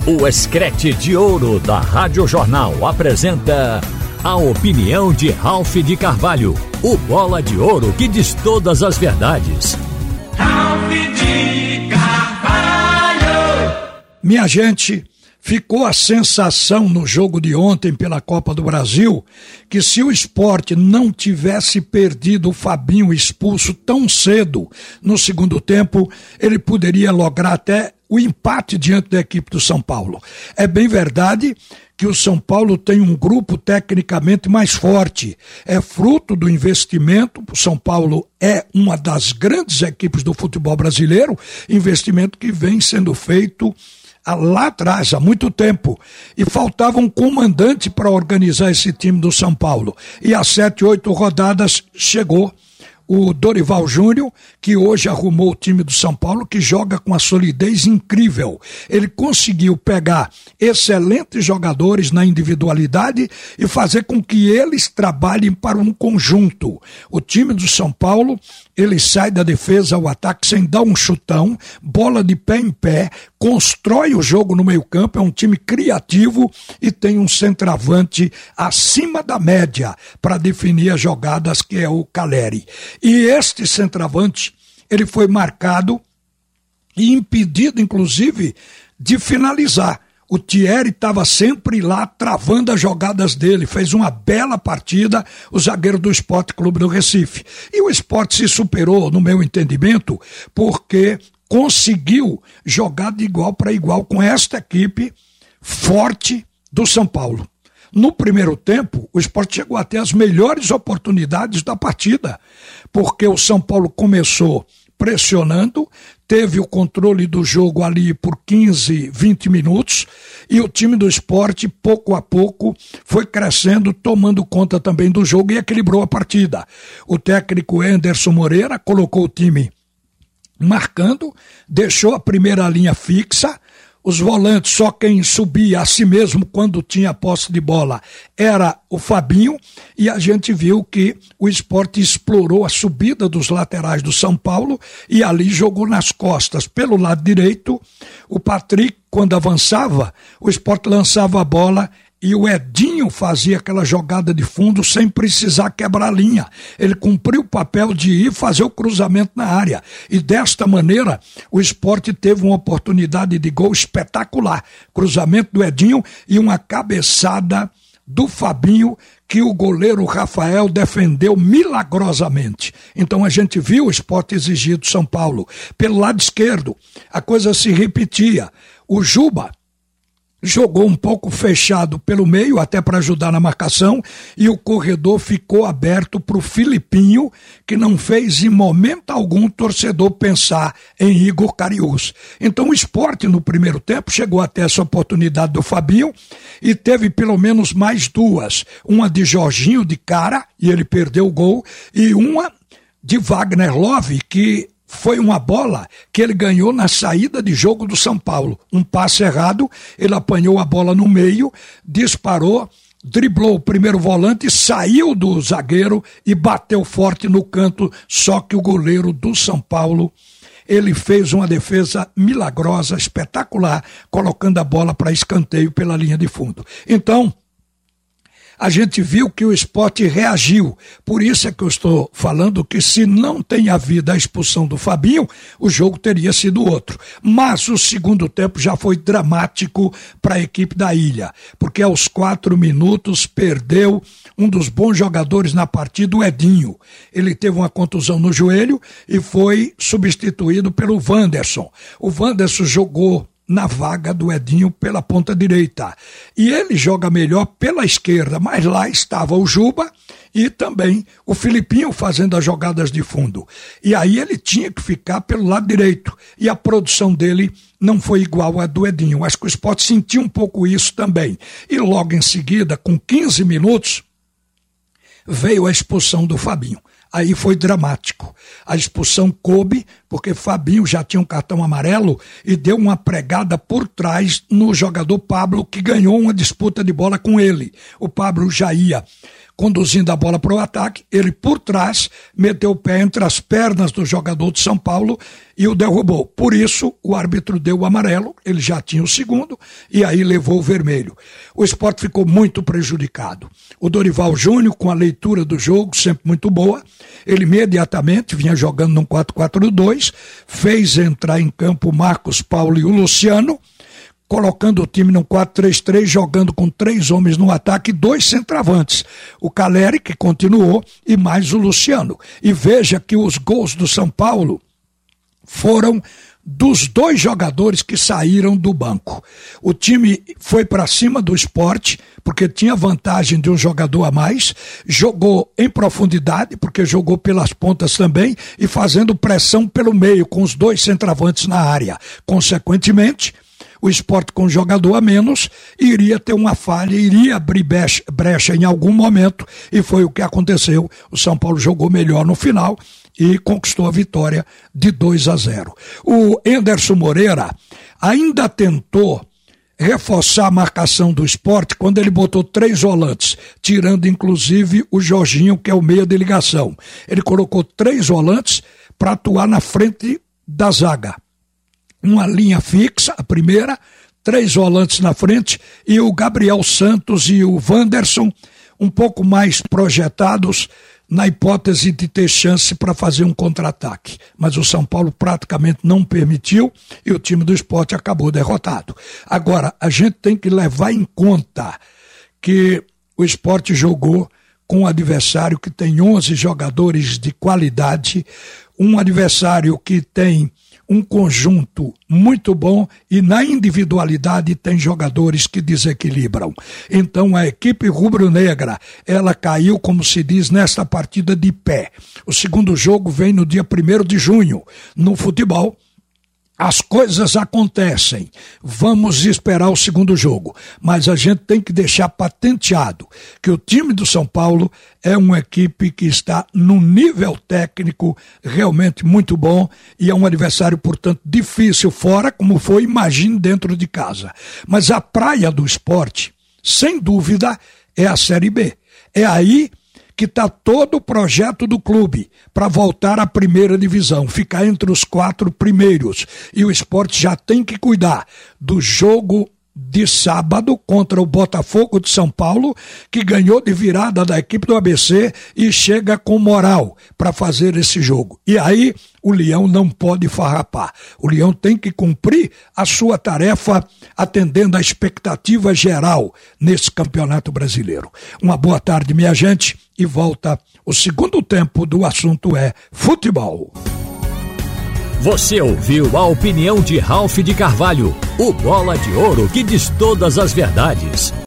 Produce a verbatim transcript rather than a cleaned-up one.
O Escrete de Ouro da Rádio Jornal apresenta a opinião de Ralph de Carvalho, o bola de ouro que diz todas as verdades. Ralph de Carvalho! Minha gente, ficou a sensação no jogo de ontem pela Copa do Brasil que se o Sport não tivesse perdido o Fabinho expulso tão cedo no segundo tempo, ele poderia lograr até o empate diante da equipe do São Paulo. É bem verdade que o São Paulo tem um grupo tecnicamente mais forte. É fruto do investimento. O São Paulo é uma das grandes equipes do futebol brasileiro, investimento que vem sendo feito lá atrás, há muito tempo, e faltava um comandante para organizar esse time do São Paulo. E às sete, oito rodadas chegou o Dorival Júnior, que hoje arrumou o time do São Paulo, que joga com uma solidez incrível. Ele conseguiu pegar excelentes jogadores na individualidade e fazer com que eles trabalhem para um conjunto. O time do São Paulo, ele sai da defesa ao ataque sem dar um chutão, bola de pé em pé, constrói o jogo no meio-campo, é um time criativo e tem um centroavante acima da média para definir as jogadas, que é o Caleri. E este centroavante, ele foi marcado e impedido, inclusive, de finalizar. O Thierry estava sempre lá travando as jogadas dele, fez uma bela partida, o zagueiro do Sport Clube do Recife. E o Sport se superou, no meu entendimento, porque conseguiu jogar de igual para igual com esta equipe forte do São Paulo. No primeiro tempo, o Sport chegou até as melhores oportunidades da partida, porque o São Paulo começou pressionando, teve o controle do jogo ali por quinze, vinte minutos, e o time do Sport, pouco a pouco, foi crescendo, tomando conta também do jogo e equilibrou a partida. O técnico Anderson Moreira colocou o time marcando, deixou a primeira linha fixa. Os volantes, só quem subia a si mesmo quando tinha posse de bola era o Fabinho, e a gente viu que o Sport explorou a subida dos laterais do São Paulo e ali jogou nas costas. Pelo lado direito, o Patrick, quando avançava, o Sport lançava a bola e o Edinho fazia aquela jogada de fundo sem precisar quebrar a linha. Ele cumpriu o papel de ir fazer o cruzamento na área. E desta maneira, o Sport teve uma oportunidade de gol espetacular. Cruzamento do Edinho e uma cabeçada do Fabinho, que o goleiro Rafael defendeu milagrosamente. Então a gente viu o Sport exigir do São Paulo. Pelo lado esquerdo, a coisa se repetia. O Juba jogou um pouco fechado pelo meio, até para ajudar na marcação, e o corredor ficou aberto para o Filipinho, que não fez em momento algum o torcedor pensar em Igor Cariús. Então o Sport no primeiro tempo chegou até essa oportunidade do Fabinho e teve pelo menos mais duas, uma de Jorginho de cara, e ele perdeu o gol, e uma de Wagner Love, que foi uma bola que ele ganhou na saída de jogo do São Paulo. Um passe errado, ele apanhou a bola no meio, disparou, driblou o primeiro volante, saiu do zagueiro e bateu forte no canto, só que o goleiro do São Paulo, ele fez uma defesa milagrosa, espetacular, colocando a bola para escanteio pela linha de fundo. Então, a gente viu que o Sport reagiu. Por isso é que eu estou falando que se não tem havido a expulsão do Fabinho, o jogo teria sido outro. Mas o segundo tempo já foi dramático para a equipe da Ilha, porque aos quatro minutos perdeu um dos bons jogadores na partida, o Edinho. Ele teve uma contusão no joelho e foi substituído pelo Wanderson. O Wanderson jogou na vaga do Edinho pela ponta direita. E ele joga melhor pela esquerda, mas lá estava o Juba e também o Filipinho fazendo as jogadas de fundo. E aí ele tinha que ficar pelo lado direito. E a produção dele não foi igual à do Edinho. Acho que o Sport sentiu um pouco isso também. E logo em seguida, com quinze minutos, veio a expulsão do Fabinho. Aí foi dramático. A expulsão coube, porque Fabinho já tinha um cartão amarelo e deu uma pregada por trás no jogador Pablo, que ganhou uma disputa de bola com ele. O Pablo já ia conduzindo a bola para o ataque, ele por trás meteu o pé entre as pernas do jogador de São Paulo e o derrubou. Por isso, o árbitro deu o amarelo, ele já tinha o segundo, e aí levou o vermelho. O Sport ficou muito prejudicado. O Dorival Júnior, com a leitura do jogo, sempre muito boa, ele imediatamente vinha jogando num quatro quatro dois, fez entrar em campo o Marcos Paulo e o Luciano, colocando o time num quatro três três, jogando com três homens no ataque e dois centroavantes. O Caleri, que continuou, e mais o Luciano. E veja que os gols do São Paulo foram dos dois jogadores que saíram do banco. O time foi para cima do Sport, porque tinha vantagem de um jogador a mais, jogou em profundidade, porque jogou pelas pontas também, e fazendo pressão pelo meio, com os dois centroavantes na área. Consequentemente, o Sport com um jogador a menos iria ter uma falha, iria abrir brecha, brecha em algum momento, e foi o que aconteceu. O São Paulo jogou melhor no final e conquistou a vitória de dois a zero. O Anderson Moreira ainda tentou reforçar a marcação do Sport quando ele botou três volantes, tirando inclusive o Jorginho, que é o meia de ligação. Ele colocou três volantes para atuar na frente da zaga. Uma linha fixa, a primeira, três volantes na frente, e o Gabriel Santos e o Wanderson um pouco mais projetados na hipótese de ter chance para fazer um contra-ataque. Mas o São Paulo praticamente não permitiu e o time do Sport acabou derrotado. Agora, a gente tem que levar em conta que o Sport jogou com um adversário que tem onze jogadores de qualidade, um adversário que tem um conjunto muito bom e na individualidade tem jogadores que desequilibram. Então a equipe rubro-negra, ela caiu, como se diz, nesta partida de pé. O segundo jogo vem no dia primeiro de junho. No futebol, as coisas acontecem, vamos esperar o segundo jogo, mas a gente tem que deixar patenteado que o time do São Paulo é uma equipe que está num nível técnico realmente muito bom e é um adversário, portanto, difícil fora, como foi, imagine, dentro de casa. Mas a praia do Sport, sem dúvida, é a Série B. É aí que está todo o projeto do clube para voltar à primeira divisão, ficar entre os quatro primeiros. E o Sport já tem que cuidar do jogo de sábado contra o Botafogo de São Paulo, que ganhou de virada da equipe do A B C e chega com moral para fazer esse jogo. E aí o Leão não pode farrapar. O Leão tem que cumprir a sua tarefa atendendo à expectativa geral nesse Campeonato Brasileiro. Uma boa tarde, minha gente, e volta o segundo tempo do assunto é futebol. Você ouviu a opinião de Ralph de Carvalho, o bola de ouro que diz todas as verdades.